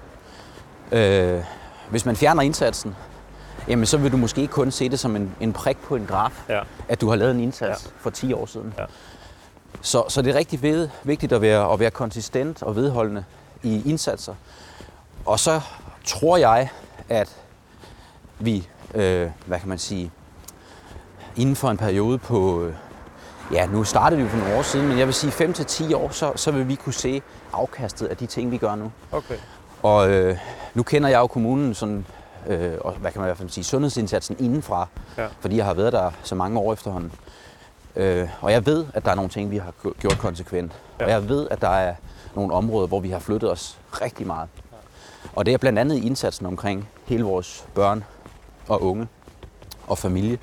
Hvis man fjerner indsatsen, jamen så vil du måske ikke kun se det som en prik på en graf, at du har lavet en indsats for 10 år siden. Ja. Så det er rigtig vigtigt at være konsistent og vedholdende i indsatser. Og så tror jeg, at vi, hvad kan man sige, inden for en periode på, nu startede vi jo for nogle år siden, men jeg vil sige 5 til 10 år, så vil vi kunne se afkastet af de ting, vi gør nu. Okay. Og nu kender jeg jo kommunen sådan, og hvad kan man i hvert fald sige, sundhedsindsatsen indenfra, fordi jeg har været der så mange år efterhånden. Og jeg ved, at der er nogle ting, vi har gjort konsekvent. Ja. Og jeg ved, at der er nogle områder, hvor vi har flyttet os rigtig meget. Ja. Og det er blandt andet i indsatsen omkring hele vores børn- og unge og familie.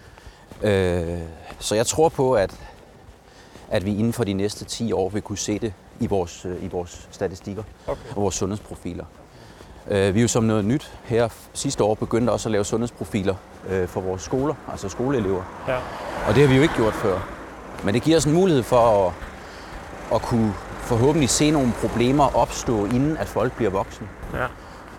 Så jeg tror på, at vi inden for de næste 10 år vil kunne se det i vores statistikker og vores sundhedsprofiler. Vi er jo som noget nyt her sidste år begyndt også at lave sundhedsprofiler for vores skoler, altså skoleelever. Ja. Og det har vi jo ikke gjort før. Men det giver os en mulighed for at kunne forhåbentlig se nogle problemer opstå, inden at folk bliver voksne. Ja.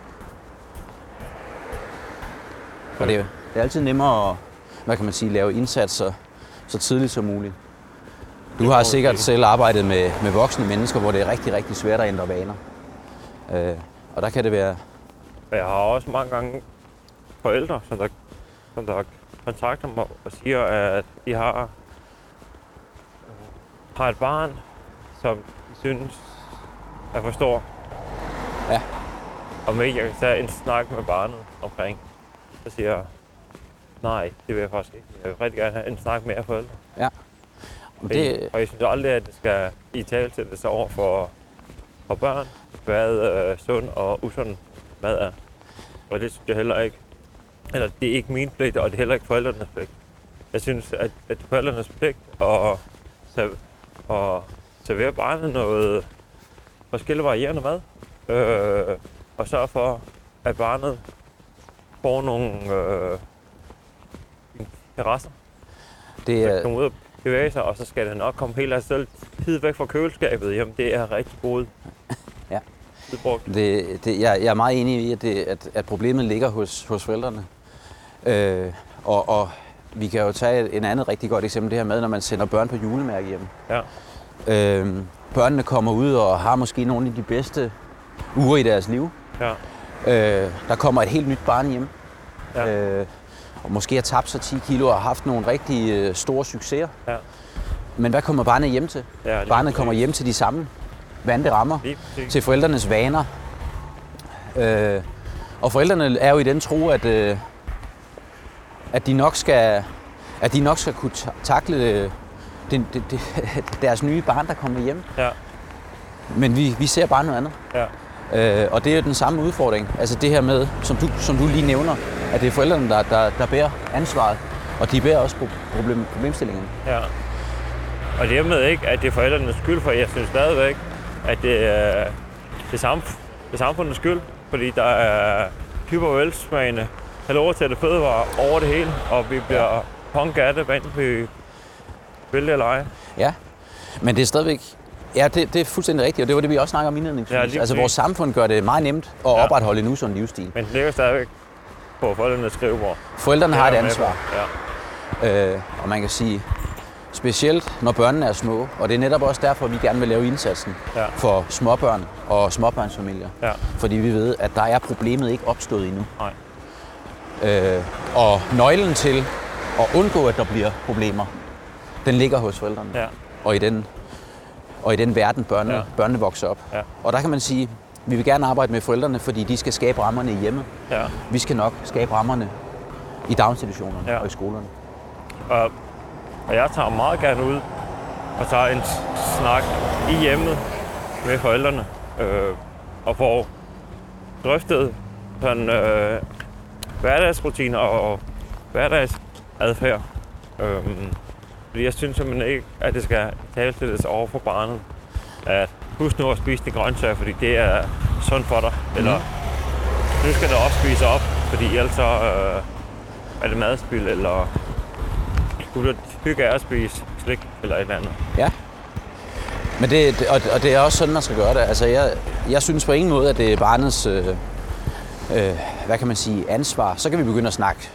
Og det er altid nemmere at lave indsatser så tidligt som muligt. Du har sikkert selv arbejdet med voksne mennesker, hvor det er rigtig, rigtig svært at ændre vaner. Og der kan det være... Jeg har også mange gange forældre, som der kontakter mig og siger, at de har et barn, som de synes er for stor. Ja. Og med jeg kan tage en snak med barnet omkring, så siger jeg, nej, det vil jeg faktisk ikke. Jeg vil rigtig gerne have en snak med jer forældre. Ja. Og jeg synes aldrig, at det skal i talesættes over for børn, hvad sund og usund mad er. Og det synes jeg heller ikke. Eller det er ikke min pligt, og det er heller ikke forældrenes pligt. Jeg synes, at det er forældrenes pligt at servere barnet noget forskellige varierende mad. Og sørge for, at barnet får nogle interesser. Det er... komme ud og bevæge sig, og så skal det nok komme helt af sig selv. Tid væk fra køleskabet, jamen det er rigtig godt. Ja. Jeg er meget enig i, at problemet ligger hos forældrene. Og vi kan jo tage en andet rigtig godt eksempel, det her med, når man sender børn på julemærke hjem. Ja. Børnene kommer ud og har måske nogle af de bedste uger i deres liv. Ja. Der kommer et helt nyt barn hjem. Ja. Og måske har tabt sig 10 kilo og har haft nogle rigtig store succeser. Ja. Men hvad kommer barnet hjem til? Ja, barnet kommer hjem til de samme vante rammer, til forældrenes vaner. Og forældrene er jo i den tro, at de nok skal kunne takle deres nye barn, der kommer hjem. Ja. Men vi ser bare noget andet. Ja. Og det er jo den samme udfordring. Altså det her med, som du lige nævner, at det er forældrene, der bærer ansvaret, og de bærer også problemstillingen. Ja. Og det er med ikke, at det er forældrenes skyld, for jeg synes stadigvæk, at det er samfundets skyld, fordi der er hypervelsmagende halvårtætte fødevarer over det hele, og vi bliver punk af det, hvad vi vil det eller ej. Ja, men det er stadigvæk... Ja, det er fuldstændig rigtigt, og det var det, vi også snakker om indledningsvis. Ja, altså, vores samfund gør det meget nemt at opretholde en usund livsstil. Men det ligger stadigvæk på forældrenes skrivebord. Forældrene har et ansvar. Ja. Og man kan sige, specielt når børnene er små, og det er netop også derfor, vi gerne vil lave indsatsen for småbørn og småbørnsfamilier. Ja. Fordi vi ved, at der er problemet ikke opstået endnu. Nej. Og nøglen til at undgå, at der bliver problemer, den ligger hos forældrene. Ja. Og i den verden, børnene vokser op. Ja. Og der kan man sige, vi vil gerne arbejde med forældrene, fordi de skal skabe rammerne i hjemmet. Ja. Vi skal nok skabe rammerne i daginstitutionerne og i skolerne. Og jeg tager meget gerne ud og tager en snak i hjemmet med forældrene og får drøftet sådan, hverdagsrutiner og hverdagsadfærd. Fordi jeg synes simpelthen ikke, at det skal talesættes over for barnet. At husk nu at spise de grøntsager, fordi det er sundt for dig. Eller nu skal det også spise op, fordi ellers er det madspild, eller skulle du hygge af at spise slik eller et eller andet. Ja, men det er også sådan, man skal gøre det. Altså, jeg synes på ingen måde, at det er barnets hvad kan man sige, ansvar. Så kan vi begynde at snakke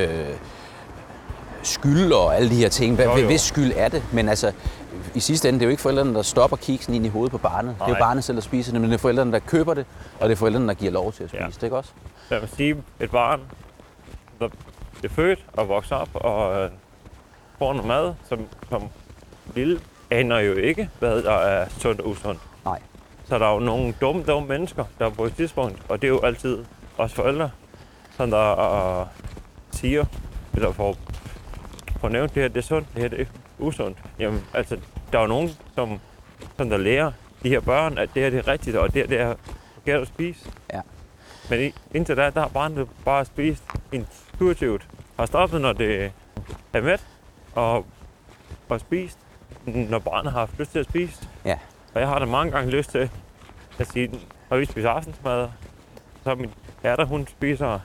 skyld og alle de her ting. Hvis skyld er det? Men altså, i sidste ende, det er jo ikke forældrene, der stopper kiksen ind i hovedet på barnet. Nej. Det er jo barnet selv, der spiser det, men det er forældrene, der køber det, og det er forældrene, der giver lov til at spise det, ikke også? Jeg vil sige, et barn, der er født og vokser op og får noget mad, som lille, aner jo ikke, hvad der er sundt og usundt. Nej. Så der er jo nogle dumme mennesker, der på et tidspunkt, og det er jo altid os forældre, som der siger, eller får nævnt, det her det er sundt, det her det er usundt. Jamen, altså, der er jo nogen, som der lærer de her børn, at det her det er rigtigt, og det her det er forkert at spise. Ja. Men indtil da har barnet bare spist intuitivt. Har stoppet, når det er mæt, og spist, når barnet har haft lyst til at spise. Ja. Og jeg har da mange gange lyst til at sige, når vi spiser aftensmad, så min datter, hun spiser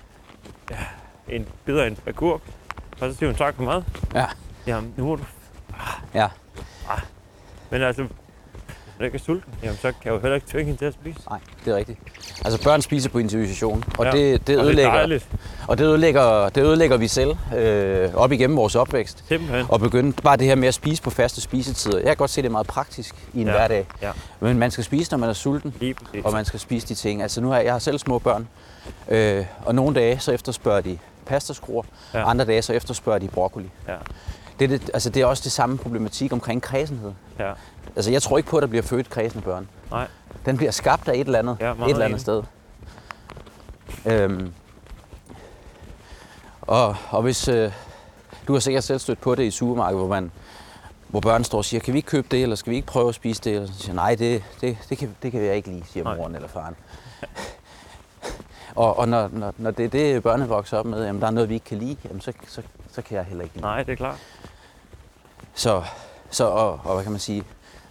en bid af en agurk, og så siger hun tak for mad. Ja. Jamen, nu er du... Ja. Men altså, hvis man ikke er sulten, jamen, så kan jeg jo heller ikke tvinge hende til at spise. Nej, det er rigtigt. Altså børn spiser på intuition, og ja. det ødelægger. Og det ødelægger vi selv op igennem vores opvækst. Simpelthen. Og begynde bare det her med at spise på faste spisetider. Jeg kan godt se, det er meget praktisk i en hverdag. Ja. Men man skal spise, når man er sulten, og man skal spise de ting. Altså nu jeg har selv små børn, og nogle dage så efterspørger de pastaskruer, andre dage så efterspørger de broccoli. Ja. Det er også det samme problematik omkring kræsenhed. Ja. Altså jeg tror ikke på, at der bliver født kræsne børn. Nej. Den bliver skabt af et eller andet sted. Og hvis du har sikkert selv stødt på det i supermarkedet, hvor børn står og siger, kan vi ikke købe det, eller skal vi ikke prøve at spise det? Og så siger nej, det kan jeg ikke lide, siger moren eller faren. Og når det er det, børnene vokser op med, jamen der er noget, vi ikke kan lide, jamen så kan jeg heller ikke lide. Nej, det er klart. Og hvad kan man sige?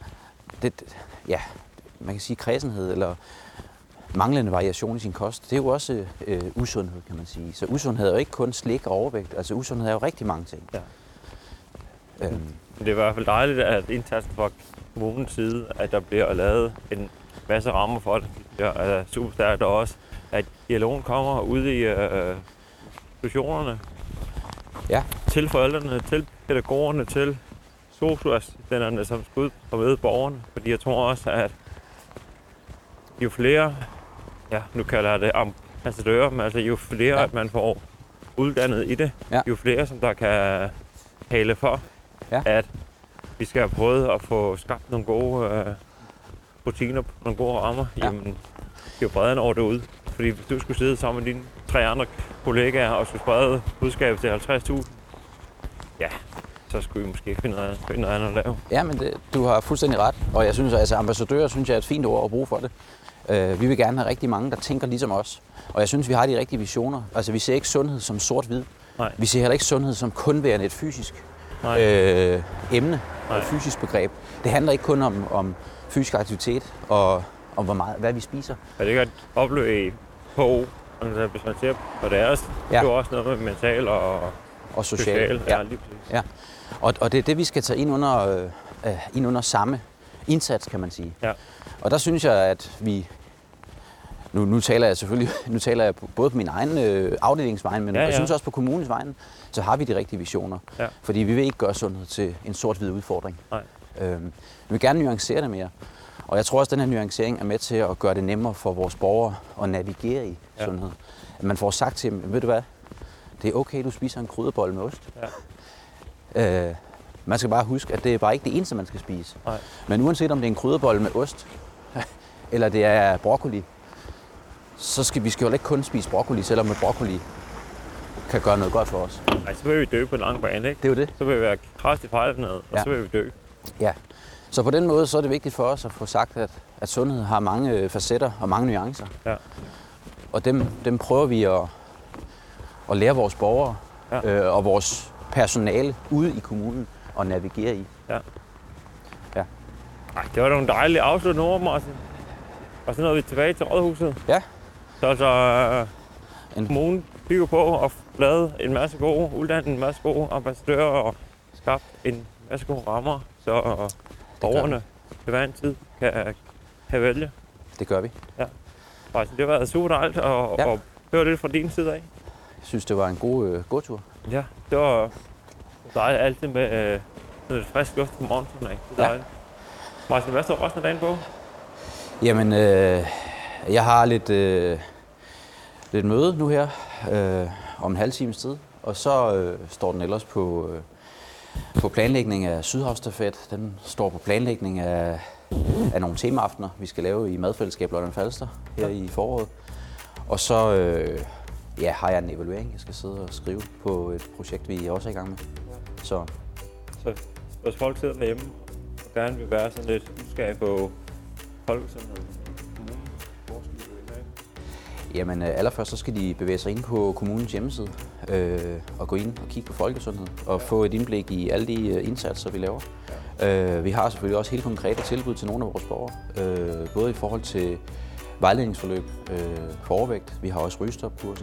Man kan sige kræsenhed eller manglende variation i sin kost, det er jo også usundhed, kan man sige. Så usundhed er jo ikke kun slik og overvægt, altså usundhed er jo rigtig mange ting. Ja. Det er i hvert fald dejligt, at indsatsen fra kommunens side, at der bliver lavet en masse rammer for det. Det er super stærkt også, at dialogen kommer ud i institutionerne, til forældrene, til pædagogerne, til sosu-assistenterne, som skal ud og møde borgerne. Fordi jeg tror også, at jo flere, nu kalder jeg det ambassadører, men altså jo flere, at man får uddannet i det, jo flere, som der kan hale for, at vi skal have prøvet at få skabt nogle gode rutiner, nogle gode rammer, jamen, jo bredere over det ud. Fordi hvis du skulle sidde sammen med dine 3 andre kollegaer og skulle sprede budskabet til 50.000, så skulle vi måske finde noget andet at lave. Ja, men du har fuldstændig ret. Og jeg synes, altså ambassadører, synes jeg er et fint ord at bruge for det. Vi vil gerne have rigtig mange, der tænker ligesom os. Og jeg synes, vi har de rigtige visioner. Altså, vi ser ikke sundhed som sort-hvid. Vi ser heller ikke sundhed som kun værende et fysisk emne og et fysisk begreb. Det handler ikke kun om fysisk aktivitet og om hvad vi spiser. Er det ikke at opleve på, hvis man ser på deres, det er jo også noget med mental og social. Ja. Og det er det, vi skal tage ind under samme indsats, kan man sige. Ja. Og der synes jeg, at vi... Nu taler jeg både på min egen afdelingsvejen, men jeg synes også på kommunens vejen, så har vi de rigtige visioner. Ja. Fordi vi vil ikke gøre sundhed til en sort-hvid udfordring. Vi vil gerne nuancere det mere. Og jeg tror også, at den her nuancering er med til at gøre det nemmere for vores borgere at navigere i sundhed. At man får sagt til dem, ved du hvad, det er okay, du spiser en krydderbolle med ost. Ja. Man skal bare huske, at det er bare ikke det eneste, man skal spise. Nej. Men uanset om det er en krydderbolle med ost, eller det er broccoli, så skal vi jo ikke kun spise broccoli, selvom broccoli kan gøre noget godt for os. Nej, så vil vi dø på en lang bane, ikke? Det er jo det. Så vil vi være kraftigt fejlnede, og så vil vi dø. Ja. Så på den måde så er det vigtigt for os at få sagt, at sundhed har mange facetter og mange nuancer. Ja. Og dem prøver vi at lære vores borgere og vores personale ude i kommunen at navigere i. Ja. Ej, det var nogle dejlige afsluttende ord, Martin. Og så nåede vi tilbage til rådhuset. Ja. Så altså, kommunen bygger på at lave en masse gode, uddannet en masse gode ambassadører og skabt en masse gode rammer, så borgerne til hver en tid kan vælge. Det gør vi. Ja. Martin, det har været super dejligt at høre lidt fra din side af. Jeg synes, det var en god gåtur. Ja, det var dejligt altid med lidt frisk luft på morgenen. Det er dejligt. Martin, hvad står resten af dagen på? Jamen, jeg har lidt møde nu her om en halv times tid, og så står den ellers på planlægning af Sydhavsstafet. Den står på planlægning af nogle temaaftener, vi skal lave i Madfællesskab Lolland-Falster her i foråret. Og så har jeg en evaluering, jeg skal sidde og skrive på et projekt, vi også er i gang med. Så hvis folk sidder derhjemme og gerne vil være sådan lidt nysgerrige på folkesundhed, Jamen allerførst så skal de bevæge sig ind på kommunens hjemmeside og gå ind og kigge på folkesundhed og få et indblik i alle de indsatser, vi laver. Vi har selvfølgelig også helt konkrete tilbud til nogle af vores borgere, både i forhold til vejledningsforløb for overvægt. Vi har også rygestopkurser.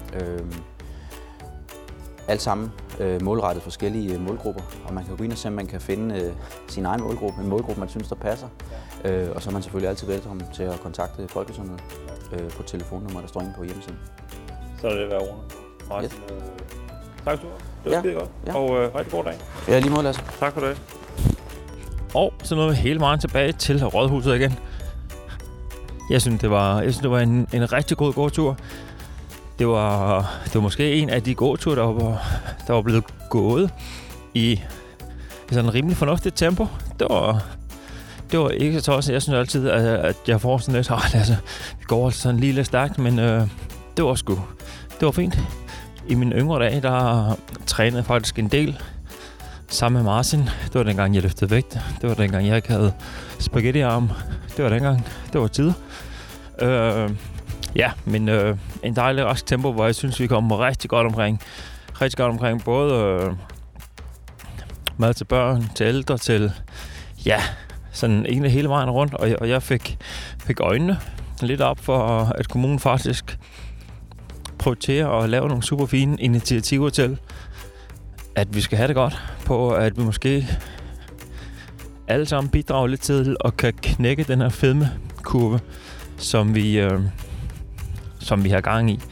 Alt sammen målrettet forskellige målgrupper, og man kan gå ind og se, om man kan finde sin egen målgruppe, en målgruppe, man synes, der passer. Og så er man selvfølgelig altid velkommen til at kontakte folkesundhed på telefonnummer, der står inde på hjemmesiden. Så er det hver ordene. Martin, tak skal du have. Det var skide godt. Ja. Og rigtig god dag. Ja, lige måde, Lasse. Tak for det. Og så nåede vi hele vejen tilbage til Rådhuset igen. Jeg synes, det var en rigtig god gåtur. Det var måske en af de gåture, der var blevet gået i sådan en rimelig fornuftigt tempo. Det var ikke så tosset. Jeg synes altid, at jeg får sådan lidt, altså, vi går altså sådan lige lidt stærkt, men det var fint. I mine yngre dage, der trænede jeg faktisk en del sammen med Martin. Det var dengang, jeg løftede vægt. Det var dengang, jeg ikke havde spaghettiarm. Det var dengang. Det var tid. Ja, men en dejlig rask tempo, hvor jeg synes, vi kommer rigtig godt omkring. Rigtig godt omkring både mad til børn, til ældre, til ja, sådan egentlig hele vejen rundt. Og jeg fik øjnene lidt op for, at kommunen faktisk prioriterer at lave nogle super fine initiativer til, at vi skal have det godt, på at vi måske alle sammen bidrager lidt til at kan knække den her fedmekurve, som vi har gang i.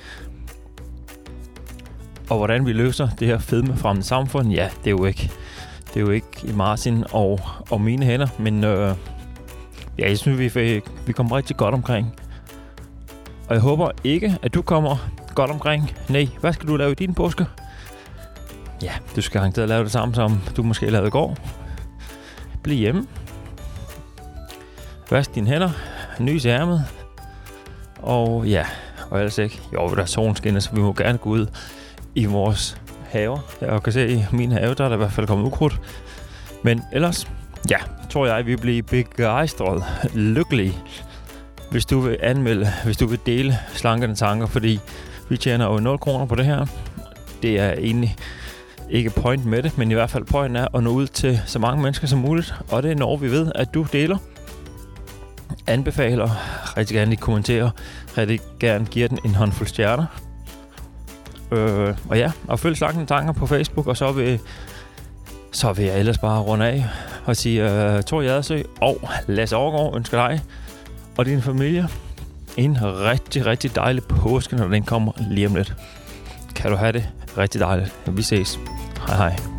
Og hvordan vi løser det her fedmefremmende samfund, ja, det er jo ikke i Martin og mine hænder, men ja, jeg synes, vi kommer rigtig godt omkring. Og jeg håber ikke, at du kommer godt omkring. Nej, hvad skal du lave i din påske? Ja, du skal garanteret lave det samme, som du måske lavede i går. Bliv hjemme. Vask dine hænder. Nys i ærmet. Og ja, og ellers ikke. Jo, der er solen skinner, så vi må gerne gå ud i vores haver. Jeg kan se, i min have, der er der i hvert fald kommet ukrudt. Men ellers, ja, tror jeg, vi bliver begejstret, lykkelige, hvis du vil anmelde, hvis du vil dele slankende tanker, fordi vi tjener jo 0 kroner på det her. Det er egentlig ikke point med det, men i hvert fald pointen er at nå ud til så mange mennesker som muligt. Og det er når vi ved, at du deler, anbefaler, rigtig gerne lige kommenterer, rigtig gerne giver den en håndfuld stjerner. Og ja, og følg slankende tanker på Facebook, og så vil jeg ellers bare runde af og sige Thor Jadersø og Lasse Overgaard ønsker dig og din familie en rigtig, rigtig dejlig påske, når den kommer lige om lidt. Kan du have det rigtig dejligt. Vi ses. Hej hej.